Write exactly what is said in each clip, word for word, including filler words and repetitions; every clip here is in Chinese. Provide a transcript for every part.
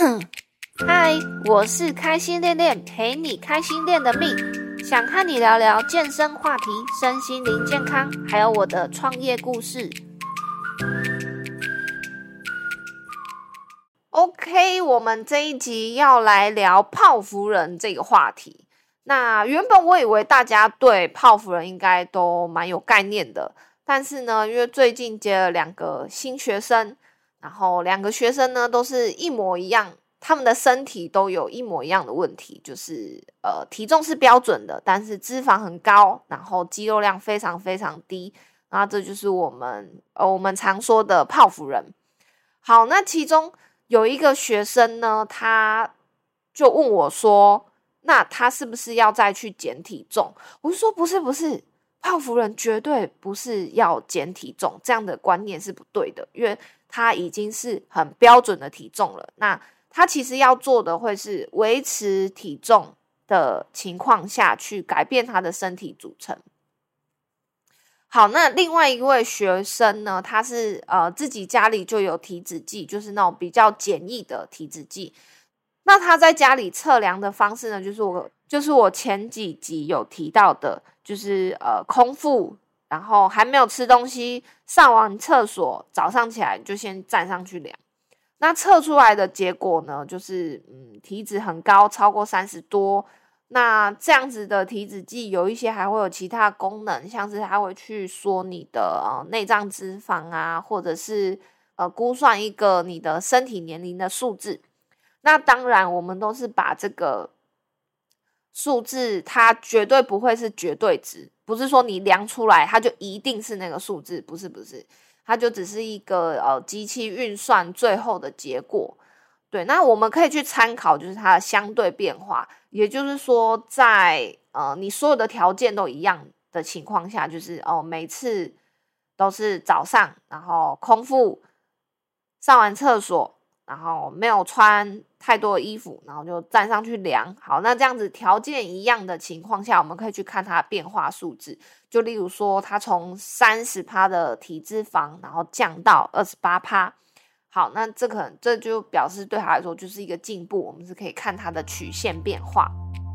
嗨，我是开心练练，陪你开心练的命，想和你聊聊健身话题、身心灵健康，还有我的创业故事。OK， 我们这一集要来聊泡芙人这个话题。那原本我以为大家对泡芙人应该都蛮有概念的，但是呢，因为最近接了两个新学生，然后两个学生呢都是一模一样，他们的身体都有一模一样的问题，就是呃体重是标准的，但是脂肪很高，然后肌肉量非常非常低，然后这就是我们呃我们常说的泡芙人。好，那其中有一个学生呢，他就问我说，那他是不是要再去减体重？我就说不是不是，泡芙人绝对不是要减体重，这样的观念是不对的，因为他已经是很标准的体重了。那他其实要做的会是维持体重的情况下去改变他的身体组成。好，那另外一位学生呢，他是呃自己家里就有体脂计，就是那种比较简易的体脂计。那他在家里测量的方式呢，就是我就是我前几集有提到的，就是呃空腹，然后还没有吃东西，上完厕所，早上起来就先站上去量。那测出来的结果呢，就是嗯体脂很高，超过三十多。那这样子的体脂计有一些还会有其他功能，像是它会去说你的呃内脏脂肪啊，或者是呃估算一个你的身体年龄的数字。那当然我们都是把这个数字，它绝对不会是绝对值，不是说你量出来它就一定是那个数字，不是不是，它就只是一个呃机器运算最后的结果。对，那我们可以去参考就是它的相对变化，也就是说在呃你所有的条件都一样的情况下，就是哦每次都是早上，然后空腹，上完厕所，然后没有穿太多的衣服，然后就站上去量。好，那这样子条件一样的情况下，我们可以去看它的变化数字，就例如说它从 百分之三十 的体脂肪然后降到 百分之二十八。好，那这可能这就表示对他来说就是一个进步，我们是可以看它的曲线变化。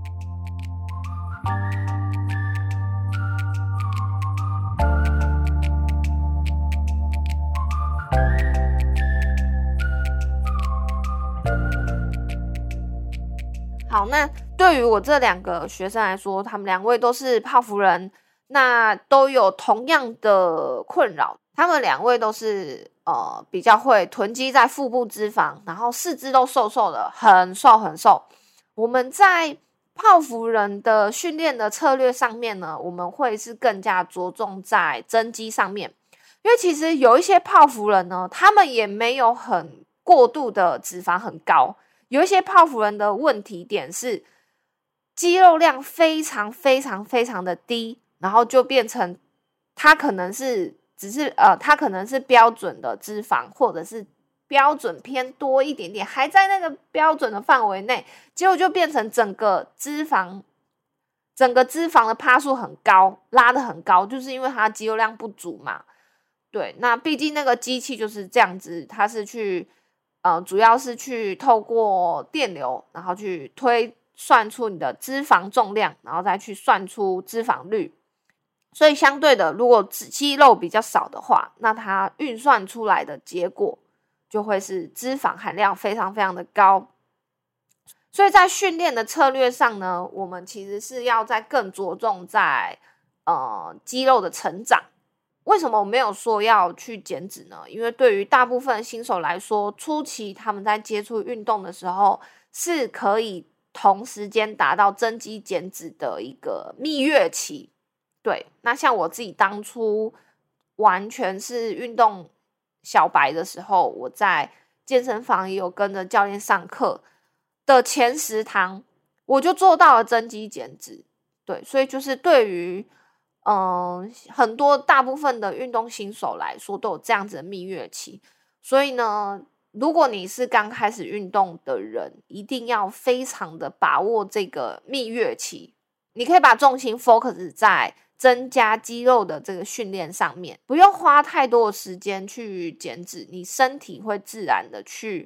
好，那对于我这两个学生来说，他们两位都是泡芙人，那都有同样的困扰。他们两位都是呃比较会囤积在腹部脂肪，然后四肢都瘦瘦的，很瘦很瘦。我们在泡芙人的训练的策略上面呢，我们会是更加着重在增肌上面，因为其实有一些泡芙人呢，他们也没有很过度的脂肪很高。有一些泡芙人的问题点是肌肉量非常非常非常的低，然后就变成他可能是只是呃，他可能是标准的脂肪，或者是标准偏多一点点，还在那个标准的范围内，结果就变成整个脂肪整个脂肪的趴数很高，拉得很高，就是因为他肌肉量不足嘛。对，那毕竟那个机器就是这样子，它是去呃，主要是去透过电流，然后去推算出你的脂肪重量，然后再去算出脂肪率。所以相对的，如果肌肉比较少的话，那它运算出来的结果就会是脂肪含量非常非常的高。所以在训练的策略上呢，我们其实是要再更着重在呃肌肉的成长。为什么我没有说要去减脂呢？因为对于大部分新手来说，初期他们在接触运动的时候，是可以同时间达到增肌减脂的一个蜜月期。对，那像我自己当初完全是运动小白的时候，我在健身房也有跟着教练上课的前十堂，我就做到了增肌减脂。对，所以就是对于嗯，很多大部分的运动新手来说都有这样子的蜜月期，所以呢，如果你是刚开始运动的人，一定要非常的把握这个蜜月期。你可以把重心 focus 在增加肌肉的这个训练上面，不用花太多的时间去减脂，你身体会自然的去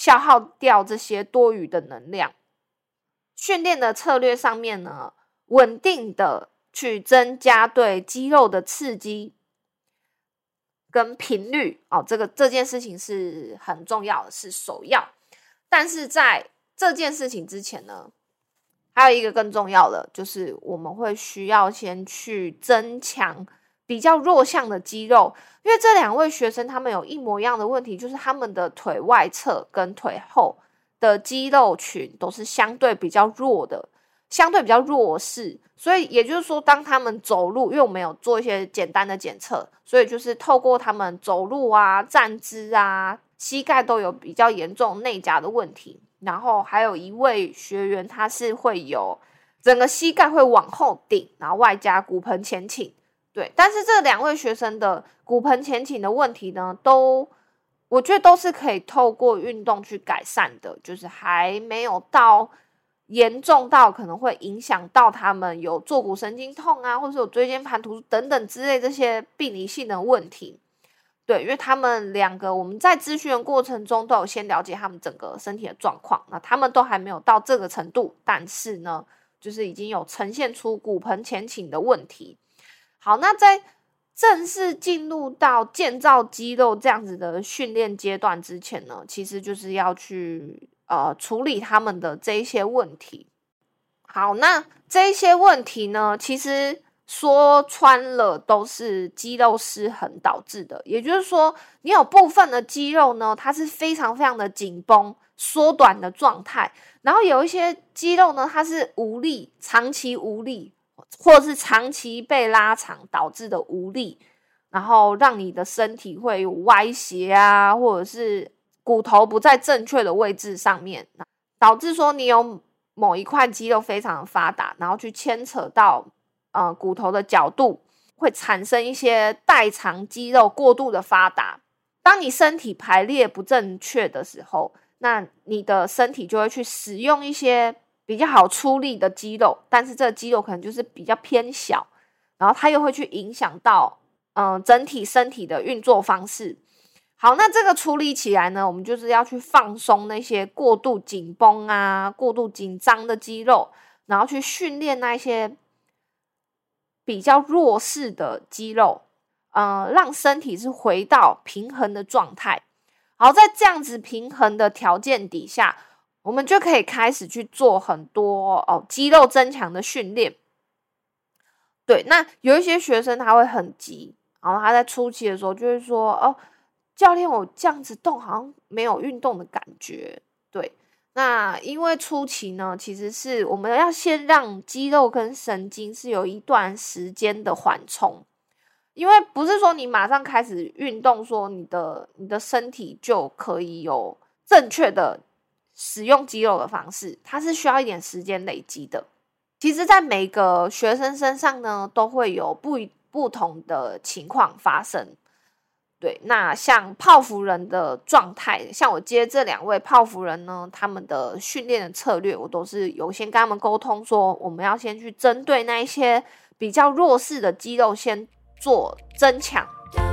消耗掉这些多余的能量。训练的策略上面呢，稳定的去增加对肌肉的刺激跟频率哦，这个这件事情是很重要的，是首要。但是在这件事情之前呢，还有一个更重要的，就是我们会需要先去增强比较弱项的肌肉，因为这两位学生他们有一模一样的问题，就是他们的腿外侧跟腿后的肌肉群都是相对比较弱的，相对比较弱势，所以也就是说，当他们走路，因为我们有做一些简单的检测，所以就是透过他们走路啊、站姿啊，膝盖都有比较严重内夹的问题。然后还有一位学员，他是会有整个膝盖会往后顶，然后外加骨盆前倾。对，但是这两位学生的骨盆前倾的问题呢，都我觉得都是可以透过运动去改善的，就是还没有到严重到可能会影响到他们有坐骨神经痛啊，或者是有椎间盘突出等等之类这些病理性的问题。对，因为他们两个我们在咨询的过程中都有先了解他们整个身体的状况，那他们都还没有到这个程度，但是呢，就是已经有呈现出骨盆前倾的问题。好，那在正式进入到建造肌肉这样子的训练阶段之前呢，其实就是要去呃处理他们的这一些问题。好，那这一些问题呢，其实说穿了都是肌肉失衡导致的，也就是说，你有部分的肌肉呢，它是非常非常的紧绷、缩短的状态，然后有一些肌肉呢，它是无力、长期无力，或者是长期被拉长导致的无力，然后让你的身体会有歪斜啊，或者是骨头不在正确的位置上面，导致说你有某一块肌肉非常的发达，然后去牵扯到呃骨头的角度，会产生一些代偿肌肉过度的发达。当你身体排列不正确的时候，那你的身体就会去使用一些比较好出力的肌肉，但是这个肌肉可能就是比较偏小，然后它又会去影响到嗯、呃、整体身体的运作方式。好，那这个处理起来呢，我们就是要去放松那些过度紧绷啊、过度紧张的肌肉，然后去训练那些比较弱势的肌肉，呃，让身体是回到平衡的状态。好，在这样子平衡的条件底下，我们就可以开始去做很多哦肌肉增强的训练。对，那有一些学生他会很急，然后他在初期的时候就会说，哦，教练，我这样子动好像没有运动的感觉。对，那因为初期呢，其实是我们要先让肌肉跟神经是有一段时间的缓冲，因为不是说你马上开始运动，说你的你的身体就可以有正确的使用肌肉的方式，它是需要一点时间累积的。其实在每个学生身上呢，都会有不不同的情况发生。对，那像泡芙人的状态，像我接这两位泡芙人呢，他们的训练的策略，我都是有先跟他们沟通说，我们要先去针对那一些比较弱势的肌肉先做增强。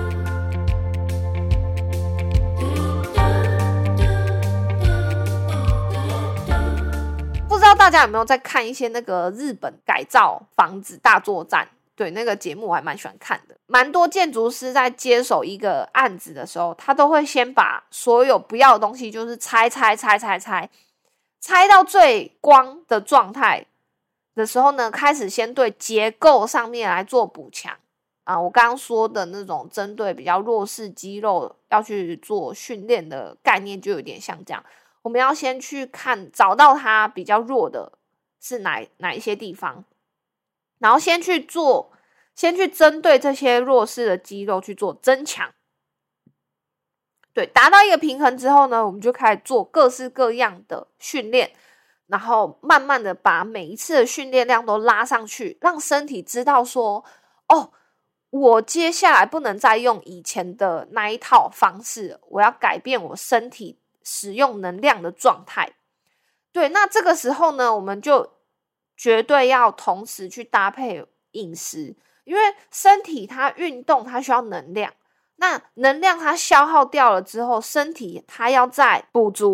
不知道大家有没有在看一些那个日本改造房子大作战？对，那个节目我还蛮喜欢看的。蛮多建筑师在接手一个案子的时候，他都会先把所有不要的东西就是拆拆拆拆拆拆到最光的状态的时候呢，开始先对结构上面来做补强啊。我刚刚说的那种针对比较弱势肌肉要去做训练的概念，就有点像这样。我们要先去看找到它比较弱的是哪哪一些地方，然后先去做，先去针对这些弱势的肌肉去做增强。对，达到一个平衡之后呢，我们就开始做各式各样的训练，然后慢慢的把每一次的训练量都拉上去，让身体知道说，哦，我接下来不能再用以前的那一套方式，我要改变我身体使用能量的状态。对，那这个时候呢，我们就绝对要同时去搭配饮食，因为身体它运动它需要能量，那能量它消耗掉了之后，身体它要再补足，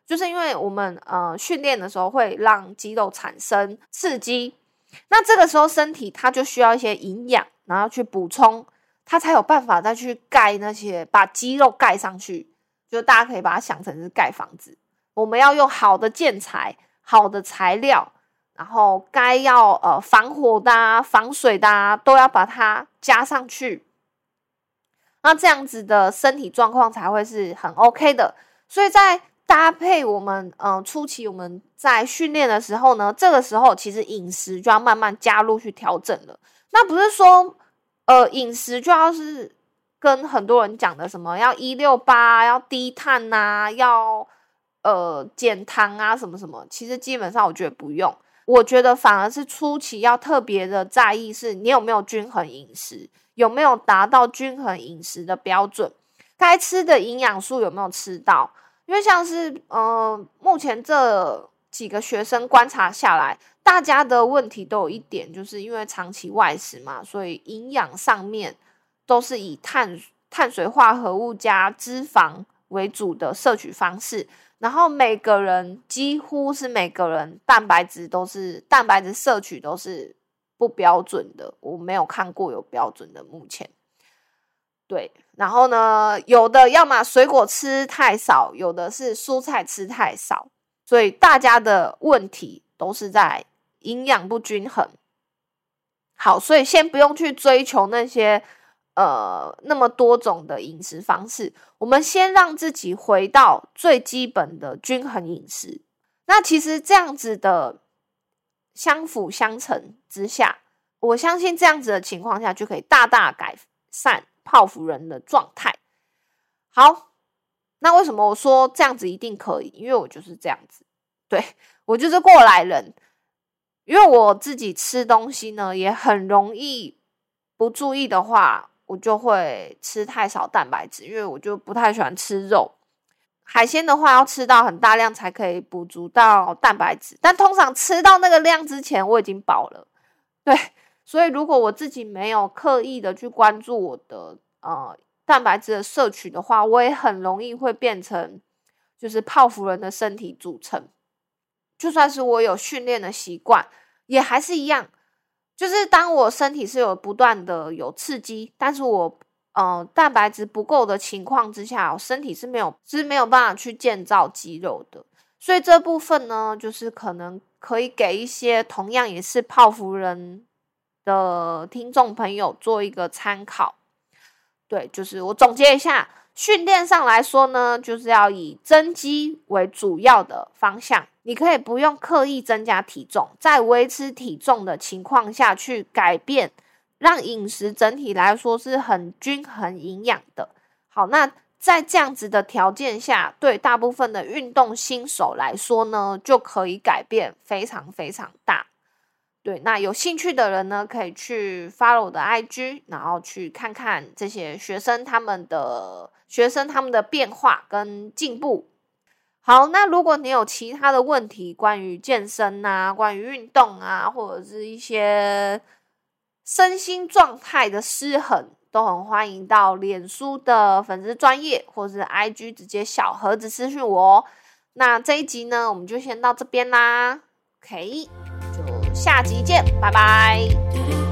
就是因为我们呃训练的时候会让肌肉产生刺激，那这个时候身体它就需要一些营养，然后去补充，它才有办法再去盖那些，把肌肉盖上去。就大家可以把它想成是盖房子，我们要用好的建材、好的材料，然后该要呃防火的啊、防水的啊，都要把它加上去。那这样子的身体状况才会是很 OK 的。所以在搭配我们呃初期我们在训练的时候呢，这个时候其实饮食就要慢慢加入去调整了。那不是说呃饮食就要是跟很多人讲的什么要一六八，要低碳啊，要呃减糖啊什么什么，其实基本上我觉得不用。我觉得反而是初期要特别的在意是你有没有均衡饮食，有没有达到均衡饮食的标准，该吃的营养素有没有吃到。因为像是呃目前这几个学生观察下来，大家的问题都有一点，就是因为长期外食嘛，所以营养上面都是以碳碳水化合物加脂肪为主的摄取方式，然后每个人几乎是每个人蛋白质都是蛋白质摄取都是不标准的，我没有看过有标准的目前。对，然后呢，有的要么水果吃太少，有的是蔬菜吃太少，所以大家的问题都是在营养不均衡。好，所以先不用去追求那些呃那么多种的饮食方式，我们先让自己回到最基本的均衡饮食。那其实这样子的相辅相成之下，我相信这样子的情况下就可以大大改善泡芙人的状态。好，那为什么我说这样子一定可以？因为我就是这样子，对，我就是过来人。因为我自己吃东西呢，也很容易不注意的话，我就会吃太少蛋白质，因为我就不太喜欢吃肉。海鲜的话要吃到很大量才可以补足到蛋白质，但通常吃到那个量之前我已经饱了。对，所以如果我自己没有刻意的去关注我的呃蛋白质的摄取的话，我也很容易会变成就是泡芙人的身体组成。就算是我有训练的习惯，也还是一样，就是当我身体是有不断的有刺激，但是我呃蛋白质不够的情况之下，我身体是没有是没有办法去建造肌肉的。所以这部分呢，就是可能可以给一些同样也是泡芙人的听众朋友做一个参考。对，就是我总结一下，训练上来说呢，就是要以增肌为主要的方向。你可以不用刻意增加体重，在维持体重的情况下去改变，让饮食整体来说是很均衡营养的。好，那在这样子的条件下，对大部分的运动新手来说呢，就可以改变非常非常大。对，那有兴趣的人呢，可以去 follow 我的 I G， 然后去看看这些学生他们的学生他们的变化跟进步。好，那如果你有其他的问题，关于健身啊，关于运动啊，或者是一些身心状态的失衡，都很欢迎到脸书的粉丝专页或者是 I G 直接小盒子私讯我哦。那这一集呢，我们就先到这边啦 ，OK， 就下集见，拜拜。